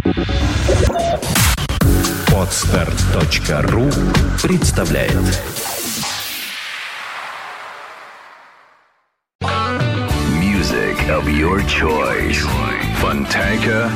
Podstart.ru представляет Music of your choice. Fontanka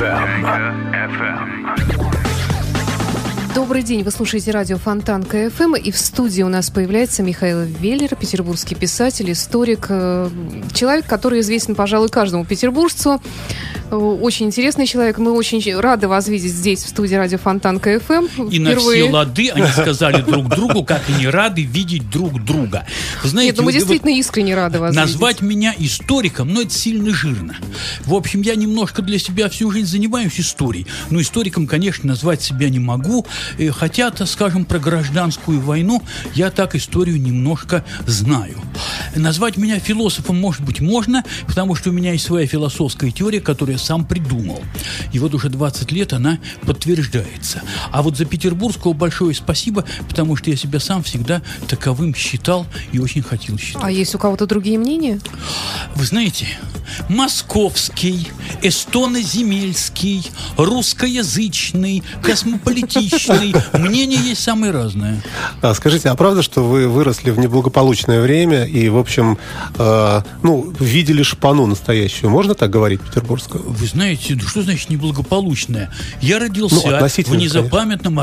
FM. Добрый день, вы слушаете радио Фонтанка ФМ, и в студии у нас появляется Михаил Веллер, петербургский писатель, историк, человек, который известен, пожалуй, каждому петербуржцу. Очень интересный человек. Мы очень рады вас видеть здесь, в студии радио Фонтанка ФМ. И на все лады они сказали друг другу, как они рады видеть друг друга. Знаете, нет, ну мы действительно искренне рады вас назвать видеть. Меня историком, но это сильно жирно. В общем, я немножко для себя всю жизнь занимаюсь историей. Но историком, конечно, назвать себя не могу. Хотя, скажем, про гражданскую войну я так историю немножко знаю. Назвать меня философом, может быть, можно, потому что у меня есть своя философская теория, которую я сам придумал. И вот уже 20 лет она подтверждается. А вот за Петербургского большое спасибо, потому что я себя сам всегда таковым считал и очень хотел считать. А есть у кого-то другие мнения? Вы знаете, московский, эстоноземельский, русскоязычный, космополитичный. Мнения есть самые разные. Скажите, а правда, что вы выросли в неблагополучное время и, в общем, видели шпану настоящую? Можно так говорить, петербургскую? Вы знаете, что значит неблагополучное? Я родился в незапамятном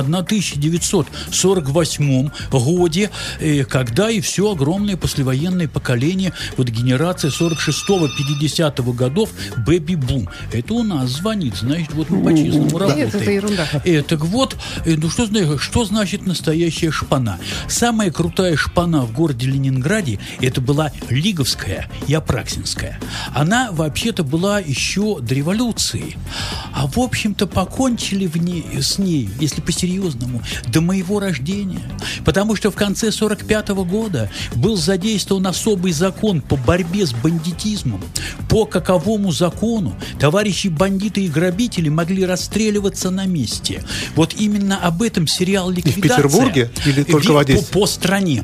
1948 годе, когда и все огромное послевоенное поколение, вот генерация 46-50 годов, бэби-бум. Это у нас звонит, значит, вот мы по-честному работаем. Нет, это ерунда. Так вот, что значит настоящая шпана? Самая крутая шпана в городе Ленинграде, это была Лиговская и Апраксинская. Она, вообще-то, была еще до революции. А, в общем-то, покончили с ней, если по-серьезному, до моего рождения. Потому что в конце 45-го года был задействован особый закон по борьбе с бандитизмом. По каковому закону товарищи бандиты и грабители могли расстреливаться на месте. Вот именно об этом сериал «Ликвидация». И в Петербурге или только в Одессе? По стране.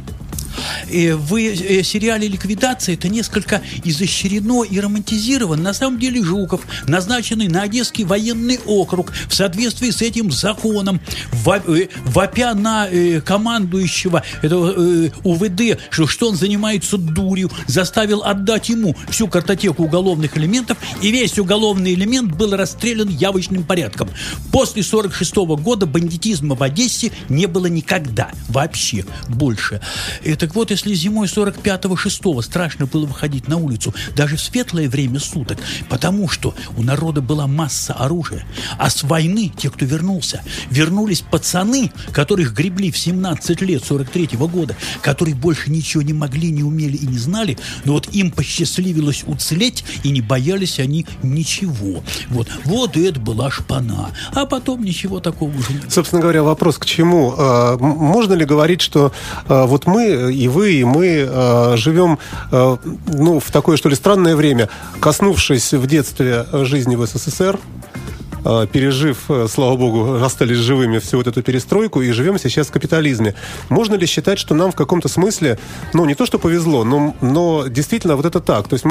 В сериале «Ликвидация» это несколько изощрено и романтизировано. На самом деле Жуков, назначенный на Одесский военный округ в соответствии с этим законом, вопя на командующего этого УВД, что он занимается дурью, заставил отдать ему всю картотеку уголовных элементов, и весь уголовный элемент был расстрелян явочным порядком. После 46-го года бандитизма в Одессе не было никогда, вообще больше. Так вот, если зимой 45-6 страшно было выходить на улицу, даже в светлое время суток, потому что у народа была масса оружия, а с войны, те, кто вернулись пацаны, которых гребли в 17 лет 43-го года, которые больше ничего не могли, не умели и не знали, но вот им посчастливилось уцелеть, и не боялись они ничего. Вот и это была шпана. А потом ничего такого уже не было. Собственно говоря, вопрос к чему? Можно ли говорить, что вот мы, и вы, и мы живем в такое, что ли, странное время, коснувшись в детстве жизни в СССР, пережив, слава богу, остались живыми всю вот эту перестройку и живем сейчас в капитализме. Можно ли считать, что нам в каком-то смысле, не то что повезло, но действительно вот это так? То есть мы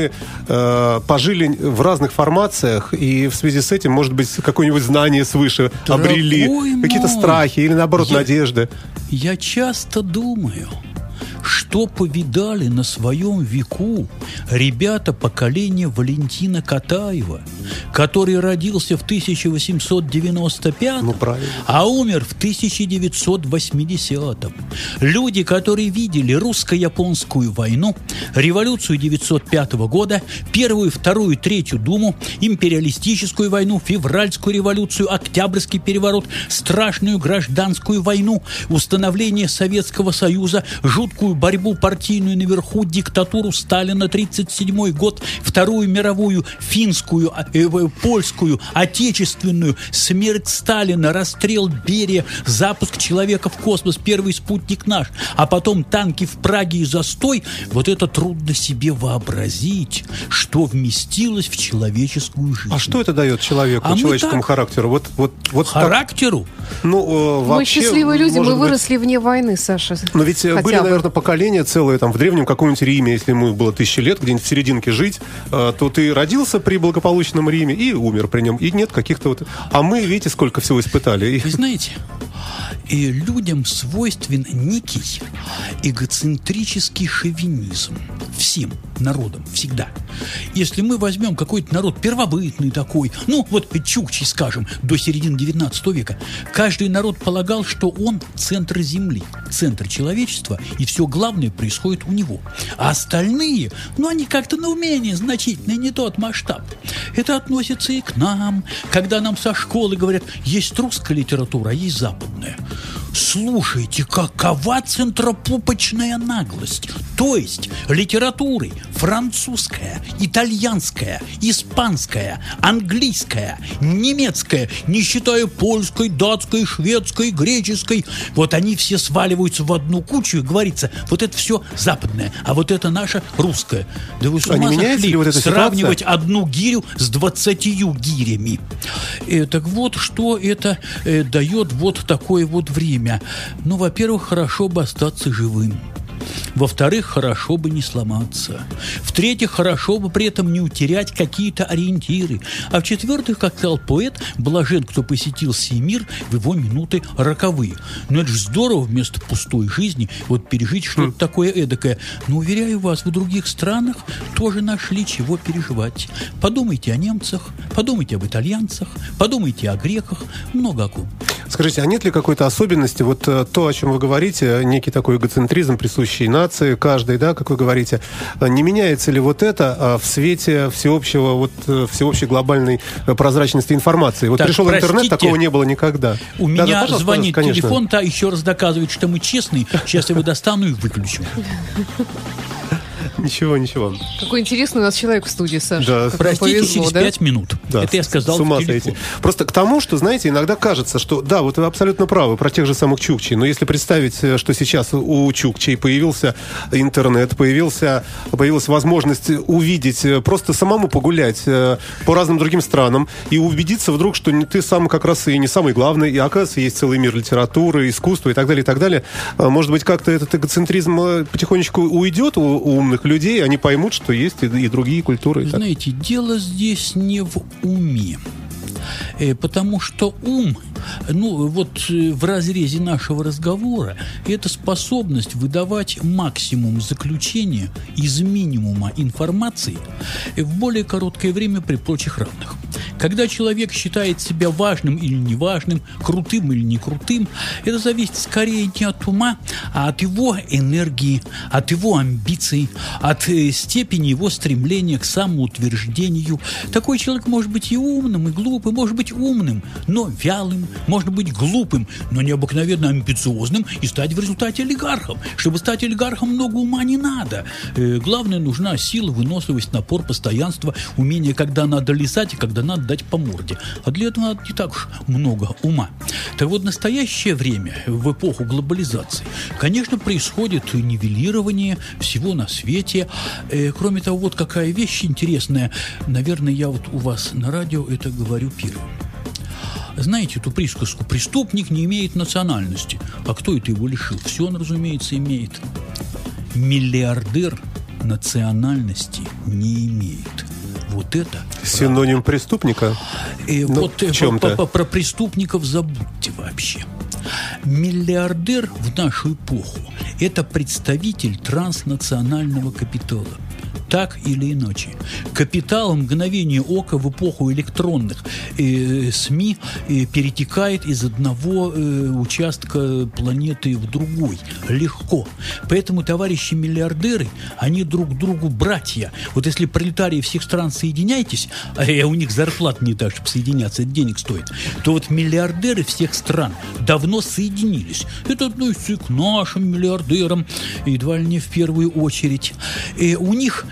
пожили в разных формациях, и в связи с этим, может быть, какое-нибудь знание свыше обрели, какие-то страхи или, наоборот, надежды? Я часто думаю, что повидали на своем веку ребята поколения Валентина Катаева, который родился в 1895-м, а умер в 1980-м. Люди, которые видели русско-японскую войну, революцию 905 года, Первую, Вторую, Третью Думу, империалистическую войну, февральскую революцию, Октябрьский переворот, страшную гражданскую войну, установление Советского Союза, жуткую борьбу партийную наверху, диктатуру Сталина, 1937 год, Вторую мировую, финскую, польскую, отечественную, смерть Сталина, расстрел Берия, запуск человека в космос, первый спутник наш, а потом танки в Праге и застой. Вот это трудно себе вообразить, что вместилось в человеческую жизнь. А что это дает человеку, человеческому характеру? Вот характеру? Мы счастливые люди, мы выросли вне войны, Саша. Но ведь были, наверное, поколения, поколение целое, там, в древнем каком-нибудь Риме, если ему было 1000 лет, где-нибудь в серединке жить, то ты родился при благополучном Риме и умер при нем. И нет каких-то вот... А мы, видите, сколько всего испытали. Вы знаете, людям свойствен некий эгоцентрический шовинизм. Всем народам, всегда. Если мы возьмем какой-то народ первобытный такой, ну, вот чукчи, скажем, до середины 19 века, каждый народ полагал, что он центр земли, центр человечества, и все главное происходит у него. А остальные, ну, они как-то на умение значительно, не тот масштаб. Это относится и к нам, когда нам со школы говорят, есть русская литература, а есть западная. Слушайте, какова центропупочная наглость. То есть литературы французская, итальянская, испанская, английская, немецкая, не считая польской, датской, шведской, греческой, вот они все сваливаются в одну кучу и говорится, вот это все западное, а вот это наше русское. Да вы с ума сошли вот сравнивать ситуация? Одну гирю с 20 гирями. Так вот, что это дает вот такое вот время. Ну, во-первых, хорошо бы остаться живым. Во-вторых, хорошо бы не сломаться. В-третьих, хорошо бы при этом не утерять какие-то ориентиры. А в-четвертых, как сказал поэт, блажен, кто посетил сей мир в его минуты роковые. Но это же здорово вместо пустой жизни вот пережить что-то такое эдакое. Но, уверяю вас, в других странах тоже нашли чего переживать. Подумайте о немцах, подумайте об итальянцах, подумайте о греках, много о ком. Скажите, а нет ли какой-то особенности, вот то, о чем вы говорите, некий такой эгоцентризм, присущий нации, каждой, да, как вы говорите, не меняется ли вот это в свете всеобщей глобальной прозрачности информации? Вот так, пришел интернет, такого не было никогда. У меня звонит телефон, еще раз доказывает, что мы честные. Сейчас я его достану и выключу. Ничего. Какой интересный у нас человек в студии, Саша. Да. Простите, повезло, через 5 минут. Да, это я сказал в телефон. Просто к тому, что, знаете, иногда кажется, что, да, вот вы абсолютно правы про тех же самых чукчей, но если представить, что сейчас у чукчей появился интернет, появилась возможность увидеть, просто самому погулять по разным другим странам и убедиться вдруг, что не ты сам как раз и не самый главный, и, оказывается, есть целый мир литературы, искусства и так далее, может быть, как-то этот эгоцентризм потихонечку уйдет у умных людей, они поймут, что есть и другие культуры. Знаете, дело здесь не в уме. Потому что ум, в разрезе нашего разговора, это способность выдавать максимум заключения из минимума информации в более короткое время при прочих равных. Когда человек считает себя важным или неважным, крутым или не крутым, это зависит скорее не от ума, а от его энергии, от его амбиций, от степени его стремления к самоутверждению. Такой человек может быть и умным, и глупым, может быть умным, но вялым, может быть глупым, но необыкновенно амбициозным и стать в результате олигархом. Чтобы стать олигархом, много ума не надо. Главное, нужна сила, выносливость, напор, постоянство, умение, когда надо лизать и когда надо дать по морде. А для этого надо не так уж много ума. Так вот, в настоящее время, в эпоху глобализации, конечно, происходит нивелирование всего на свете. Кроме того, вот какая вещь интересная. Наверное, я вот у вас на радио это говорю первым. Знаете эту присказку? Преступник не имеет национальности. А кто это его лишил? Все он, разумеется, имеет. Миллиардер национальности не имеет. Вот это синоним преступника? Про преступников забудьте вообще. Миллиардер в нашу эпоху – это представитель транснационального капитала. Так или иначе. Капитал в мгновение ока в эпоху электронных СМИ перетекает из одного участка планеты в другой. Легко. Поэтому товарищи-миллиардеры, они друг другу братья. Вот если пролетарии всех стран соединяйтесь, а у них зарплата не так, чтобы соединяться, это денег стоит, то вот миллиардеры всех стран давно соединились. Это относится и к нашим миллиардерам, едва ли не в первую очередь. У них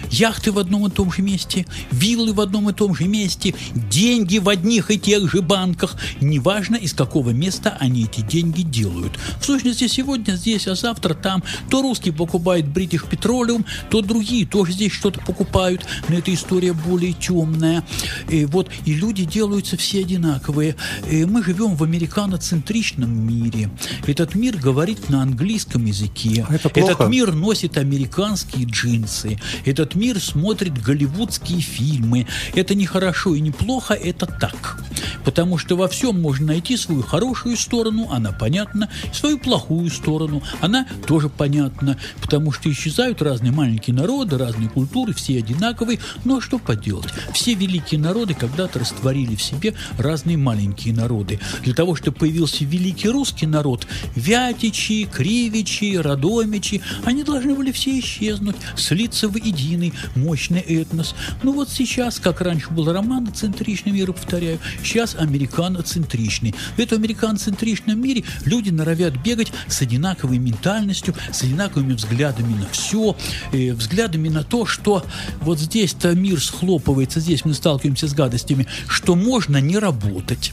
яхты в одном и том же месте, виллы в одном и том же месте, деньги в одних и тех же банках. Неважно, из какого места они эти деньги делают. В сущности, сегодня здесь, а завтра там. То русский покупает British Petroleum, то другие тоже здесь что-то покупают. Но эта история более темная. И люди делаются все одинаковые. Мы живем в американоцентричном мире. Этот мир говорит на английском языке. Этот мир носит американские джинсы. Этот мир смотрит голливудские фильмы. Это не хорошо и не плохо, это так. Потому что во всем можно найти свою хорошую сторону, она понятна, свою плохую сторону, она тоже понятна. Потому что исчезают разные маленькие народы, разные культуры, все одинаковые. Но что поделать? Все великие народы когда-то растворили в себе разные маленькие народы. Для того, чтобы появился великий русский народ, вятичи, кривичи, радомичи, они должны были все исчезнуть, слиться в единый мощный этнос. Сейчас, как раньше был романоцентричный мир, повторяю, сейчас американоцентричный. В этом американоцентричном мире люди норовят бегать с одинаковой ментальностью, с одинаковыми взглядами на все, взглядами на то, что вот здесь-то мир схлопывается, здесь мы сталкиваемся с гадостями, что можно не работать,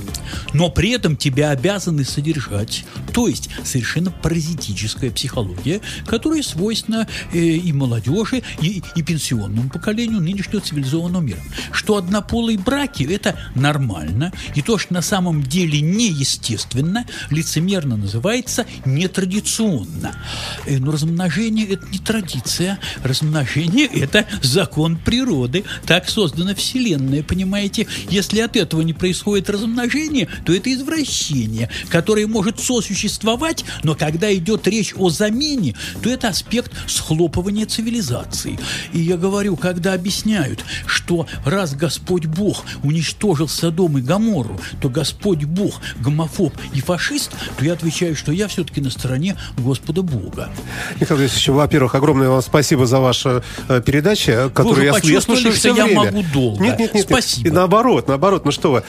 но при этом тебя обязаны содержать. То есть совершенно паразитическая психология, которая свойственна и молодежи, и пенсионному поколению нынешнего цивилизованного мира. Что однополые браки – это нормально, и то, что на самом деле неестественно, лицемерно называется нетрадиционно. Но размножение – это не традиция, размножение – это закон природы. Так создана Вселенная, понимаете? Если от этого не происходит размножение, то это извращение, которое может сосуществовать, но когда идет речь о замене, то это аспект схлопывания цивилизации. И я говорю, когда объясняют, что раз Господь Бог уничтожил Содом и Гоморру, то Господь Бог гомофоб и фашист, то я отвечаю, что я все-таки на стороне Господа Бога. Михаил Борисович, во-первых, огромное вам спасибо за ваши передачи, которые я слушаю все время. Я могу долго. Нет. Спасибо. И наоборот, ну что вы.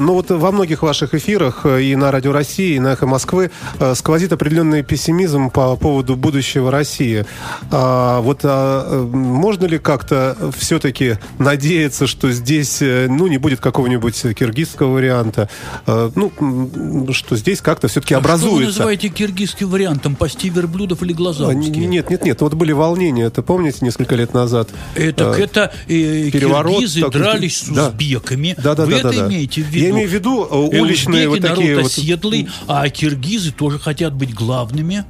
Во многих ваших эфирах и на Радио России, и на Эхо Москвы сквозит определенный пессимизм по поводу будущего России. Можно ли как-то все-таки надеяться, что здесь не будет какого-нибудь киргизского варианта, что здесь как-то все-таки образуется? Что вы называете киргизским вариантом? Пасти верблюдов или глаза узкие? Нет. Вот были волнения, это помните, несколько лет назад? Киргизы дрались с узбеками. Вы это имеете в виду? Я имею в виду уличные вот такие народ оседлый, а киргизы тоже хотят быть главными.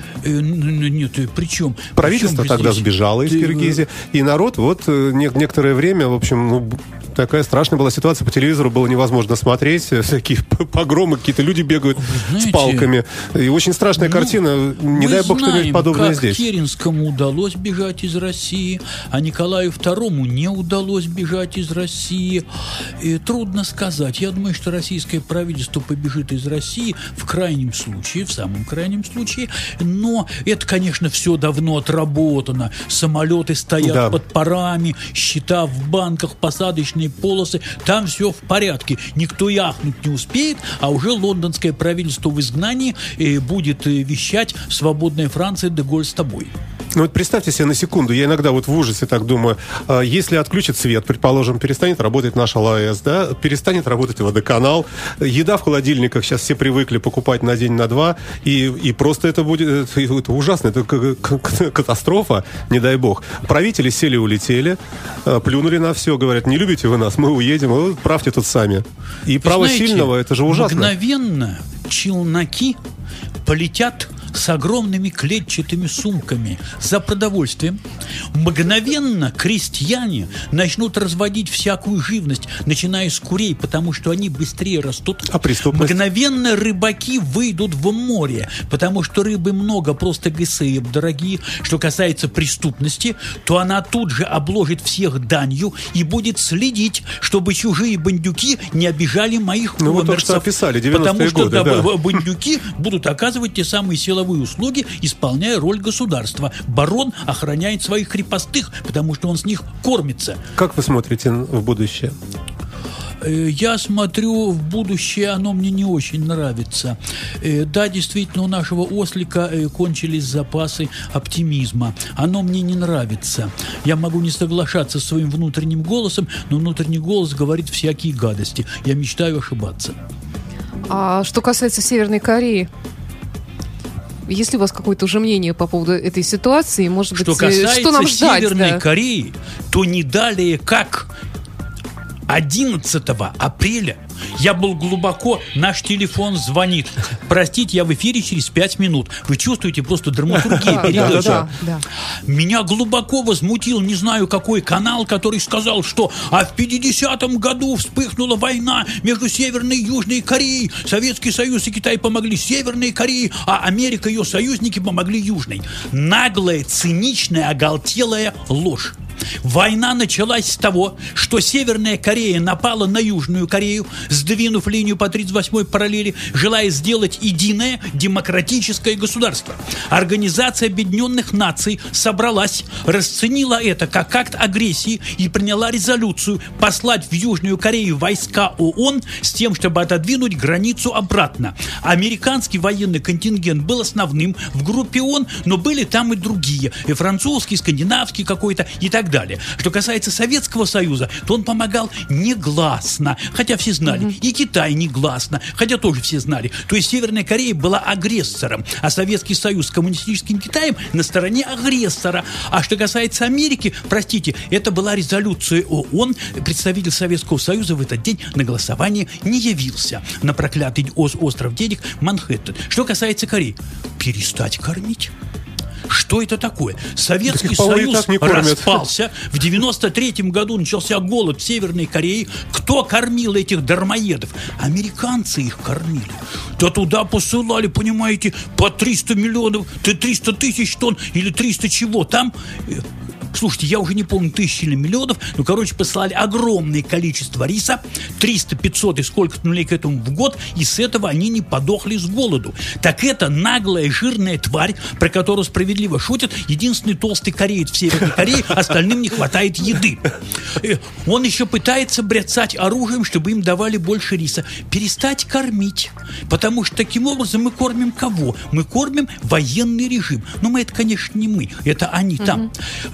Нет, причем... Правительство тогда сбежало из Киргизии, и народ некоторое время, в общем, такая страшная была ситуация, по телевизору было невозможно смотреть, всякие погромы, какие-то люди бегают с палками, и очень страшная картина, не дай бог что-нибудь подобное здесь. Керенскому удалось бежать из России, а Николаю II не удалось бежать из России. И трудно сказать. Я думаю, что российское правительство побежит из России в крайнем случае, в самом крайнем случае, но это, конечно, все давно отработано. Самолеты стоят под парами, счета в банках, посадочные полосы, там все в порядке. Никто и ахнуть не успеет, а уже лондонское правительство в изгнании будет вещать «Свободная Франция, де Голь с тобой». Представьте себе на секунду, я иногда в ужасе так думаю, если отключат свет, предположим, перестанет работать наш ЛАЭС, перестанет работать водоканал, еда в холодильниках, сейчас все привыкли покупать на день, на два, и просто это будет, это ужасно, это катастрофа, не дай бог. Правители сели, улетели, плюнули на все, говорят, не любите вы нас, мы уедем, правьте тут сами. И право сильного, это же ужасно. Мгновенно челноки полетят с огромными клетчатыми сумками за продовольствием. Мгновенно крестьяне начнут разводить всякую живность, начиная с курей, потому что они быстрее растут. А преступность? Мгновенно рыбаки выйдут в море, потому что рыбы много, просто ГСЭ дорогие. Что касается преступности, то она тут же обложит всех данью и будет следить, чтобы чужие бандюки не обижали моих коммерсов. Вы только что описали 90-е потому что годы, бандюки будут оказывать те самые силовые услуги, исполняя роль государства. Барон охраняет своих крепостных, потому что он с них кормится. Как вы смотрите в будущее? Я смотрю в будущее, оно мне не очень нравится. Да, действительно, у нашего ослика кончились запасы оптимизма. Оно мне не нравится. Я могу не соглашаться с своим внутренним голосом, но внутренний голос говорит всякие гадости. Я мечтаю ошибаться. А что касается Северной Кореи, есть ли у вас какое-то уже мнение по поводу этой ситуации? Может быть, что касается что нам ждать, Северной Кореи, то не далее как 11 апреля я был глубоко, наш телефон звонит. Простите, я в эфире через 5 минут. Вы чувствуете просто драматургию передачи. Да. Меня глубоко возмутил, не знаю какой канал, который сказал, что в 50-м году вспыхнула война между Северной и Южной Кореей. Советский Союз и Китай помогли Северной Корее, а Америка и ее союзники помогли Южной. Наглая, циничная, оголтелая ложь. Война началась с того, что Северная Корея напала на Южную Корею, сдвинув линию по 38-й параллели, желая сделать единое демократическое государство. Организация Объединенных Наций собралась, расценила это как акт агрессии и приняла резолюцию послать в Южную Корею войска ООН с тем, чтобы отодвинуть границу обратно. Американский военный контингент был основным в группе ООН, но были там и другие, и французский, и скандинавский какой-то, и так далее. Что касается Советского Союза, то он помогал негласно, хотя все знали, и Китай негласно, хотя тоже все знали. То есть Северная Корея была агрессором, а Советский Союз с коммунистическим Китаем на стороне агрессора. А что касается Америки, простите, это была резолюция ООН, представитель Советского Союза в этот день на голосование не явился на проклятый остров денег Манхэттен. Что касается Кореи, перестать кормить. Что это такое? Советский Союз распался. В 93-м году начался голод в Северной Корее. Кто кормил этих дармоедов? Американцы их кормили. Да туда посылали, понимаете, по 300 миллионов, 300 тысяч тонн или 300 чего там. Слушайте, я уже не помню, тысячи или миллионов, но, посылали огромное количество риса, 300, 500 и сколько-то нулей к этому в год, и с этого они не подохли с голоду. Так это наглая, жирная тварь, про которую справедливо шутят, единственный толстый кореец в Северной Корее, остальным не хватает еды. Он еще пытается бряцать оружием, чтобы им давали больше риса. Перестать кормить, потому что таким образом мы кормим кого? Мы кормим военный режим. Но мы это, конечно, не мы, это они там.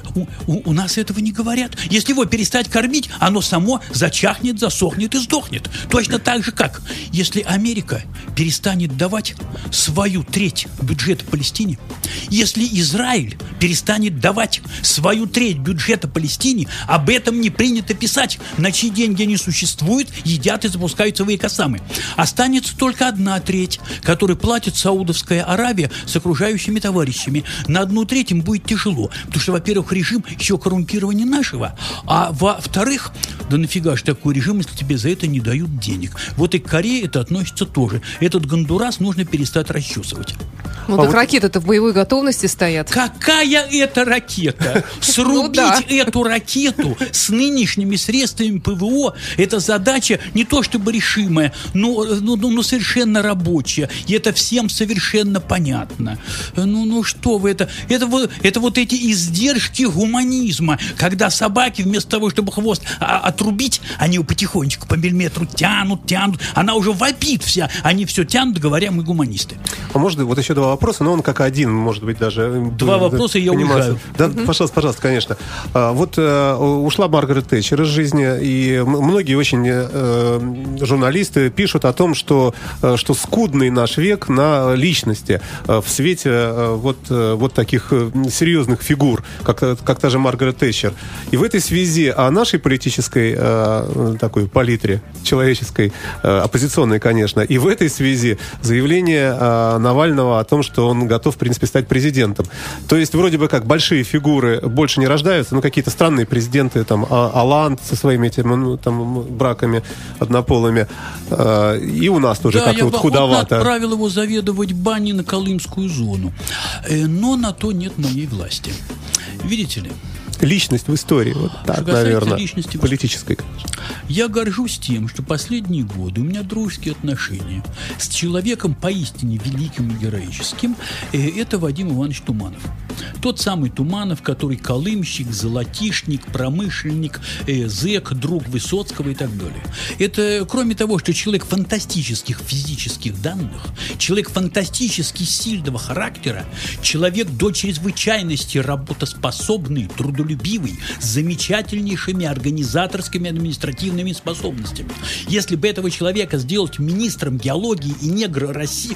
У нас этого не говорят. Если его перестать кормить, оно само зачахнет, засохнет и сдохнет. Точно так же, как если Америка перестанет давать свою треть бюджета Палестине, если Израиль перестанет давать свою треть бюджета Палестине, об этом не принято писать. На чьи деньги они существуют, едят и запускают свои кассамы. Останется только 1/3, которую платит Саудовская Аравия с окружающими товарищами. На 1/3 им будет тяжело, потому что, во-первых, режим еще коррумпирование нашего, а во-вторых, да нафига же такой режим, если тебе за это не дают денег. Вот и к Корее это относится тоже. Этот Гондурас нужно перестать расчесывать. Ну так ракеты-то в боевой готовности стоят. Какая это ракета? Срубить эту ракету с нынешними средствами ПВО, это задача не то чтобы решимая, но совершенно рабочая. И это всем совершенно понятно. Ну что вы, это вот эти издержки гуманизма, когда собаки вместо того, чтобы хвост отрубить, они его потихонечку по миллиметру тянут, она уже вопит вся, они все тянут, говоря, мы гуманисты. А может, вот еще 2 вопроса, но он как один, может быть, даже... 2 вопроса, и я уезжаю. Да, пожалуйста, конечно. Вот ушла Маргарет Тэтчер из жизни, и многие очень журналисты пишут о том, что скудный наш век на личности в свете вот таких серьезных фигур, как та же Маргарет Тэтчер. И в этой связи о нашей политической такой палитре, человеческой, оппозиционной, конечно, и в этой связи заявление Навального о том, что он готов, в принципе, стать президентом. То есть, вроде бы как, большие фигуры больше не рождаются, но какие-то странные президенты, там, Оланд со своими этими, там, браками однополыми, и у нас тоже как-то вот худовато. Я отправил его заведовать баней на Колымскую зону, но на то нет моей власти. Видите ли? Личность в истории, вот так, наверное, политической. Я горжусь тем, что последние годы у меня дружеские отношения с человеком поистине великим и героическим. Это Вадим Иванович Туманов. Тот самый Туманов, который колымщик, золотишник, промышленник, зэк, друг Высоцкого и так далее. Это, кроме того, что человек фантастических физических данных, человек фантастически сильного характера, человек до чрезвычайности работоспособный, трудолюбивый, с замечательнейшими организаторскими административными способностями. Если бы этого человека сделать министром геологии и недр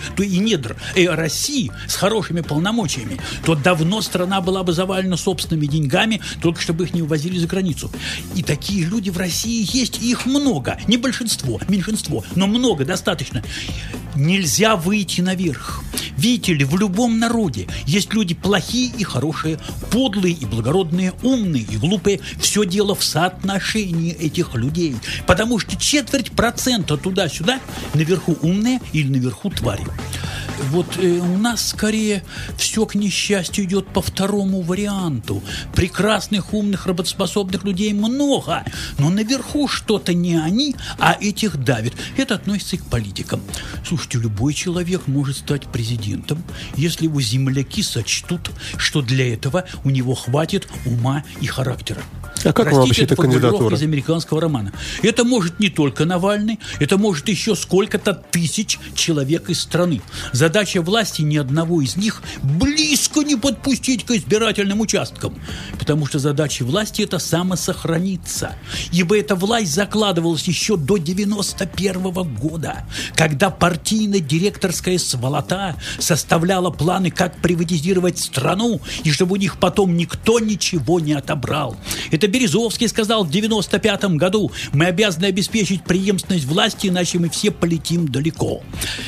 России с хорошими полномочиями, то давно страна была бы завалена собственными деньгами, только чтобы их не увозили за границу. И такие люди в России есть, и их много. Не большинство, меньшинство, но много, достаточно. Нельзя выйти наверх. Видите ли, в любом народе есть люди плохие и хорошие, подлые и благородные, умные и глупые. Все дело в соотношении этих людей. Потому что 0,25% туда-сюда наверху умные или наверху твари. Вот у нас скорее все, к несчастью, идет по второму варианту. Прекрасных, умных, работоспособных людей много, но наверху что-то не они, а этих давит. Это относится и к политикам. Слушайте, любой человек может стать президентом, если его земляки сочтут, что для этого у него хватит ума и характера. А как вам вообще эта кандидатура? Из американского романа. Это может не только Навальный, это может еще сколько-то тысяч человек из страны. Задача власти ни одного из них близко не подпустить к избирательным участкам. Потому что задача власти – это самосохраниться. Ибо эта власть закладывалась еще до 91-го года, когда партийно-директорская сволота составляла планы, как приватизировать страну, и чтобы у них потом никто ничего не отобрал. Это Березовский сказал в 95-м году: мы обязаны обеспечить преемственность власти, иначе мы все полетим далеко.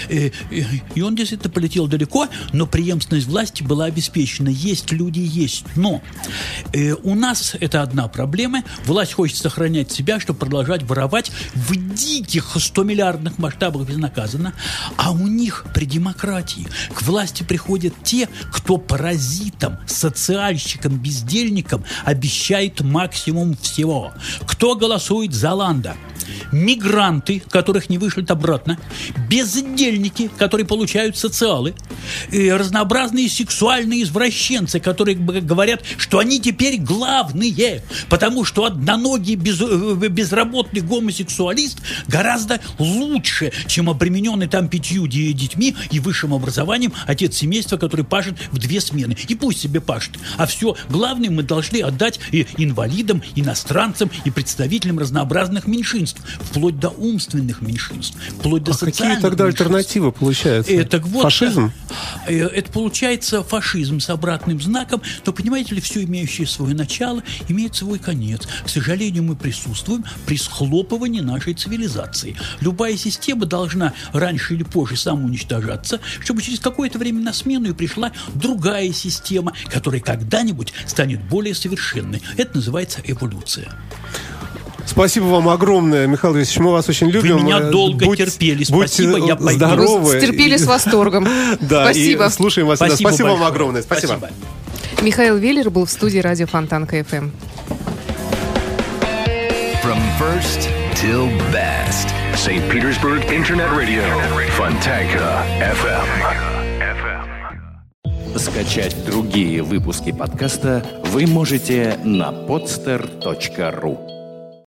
И он действительно полетел далеко, но преемственность власти была обеспечена. Есть люди, есть. Но у нас это одна проблема. Власть хочет сохранять себя, чтобы продолжать воровать в диких 100-миллиардных масштабах безнаказанно. А у них при демократии к власти приходят те, кто паразитам, социальщикам, бездельникам обещает максимум всего. Кто голосует за Ланда? Мигранты, которых не вышлют обратно, бездельники, которые получают социалы, и разнообразные сексуальные извращенцы, которые говорят, что они теперь главные, потому что одноногий безработный гомосексуалист гораздо лучше, чем обремененный там 5 детьми и высшим образованием отец семейства, который пашет в 2 смены. И пусть себе пашет. А все главное мы должны отдать и инвалидам, иностранцам и представителям разнообразных меньшинств, вплоть до умственных меньшинств, вплоть до социальных какие тогда меньшинств. Альтернативы получаются? Фашизм? Это получается фашизм с обратным знаком, но, понимаете ли, все имеющее свое начало имеет свой конец. К сожалению, мы присутствуем при схлопывании нашей цивилизации. Любая система должна раньше или позже самоуничтожаться, чтобы через какое-то время на смену и пришла другая система, которая когда-нибудь станет более совершенной. Это называется эволюция. Спасибо вам огромное, Михаил Борисович, мы вас очень любим. Вы меня долго терпели, спасибо, я пойду. Здоровы. Терпели с восторгом. Да, спасибо. И слушаем вас. Спасибо вам огромное. Спасибо. Михаил Веллер был в студии радио Фонтанка FM. From first till best. St. Petersburg Internet Radio. Fontanka FM. Скачать другие выпуски подкаста вы можете на podster.ru.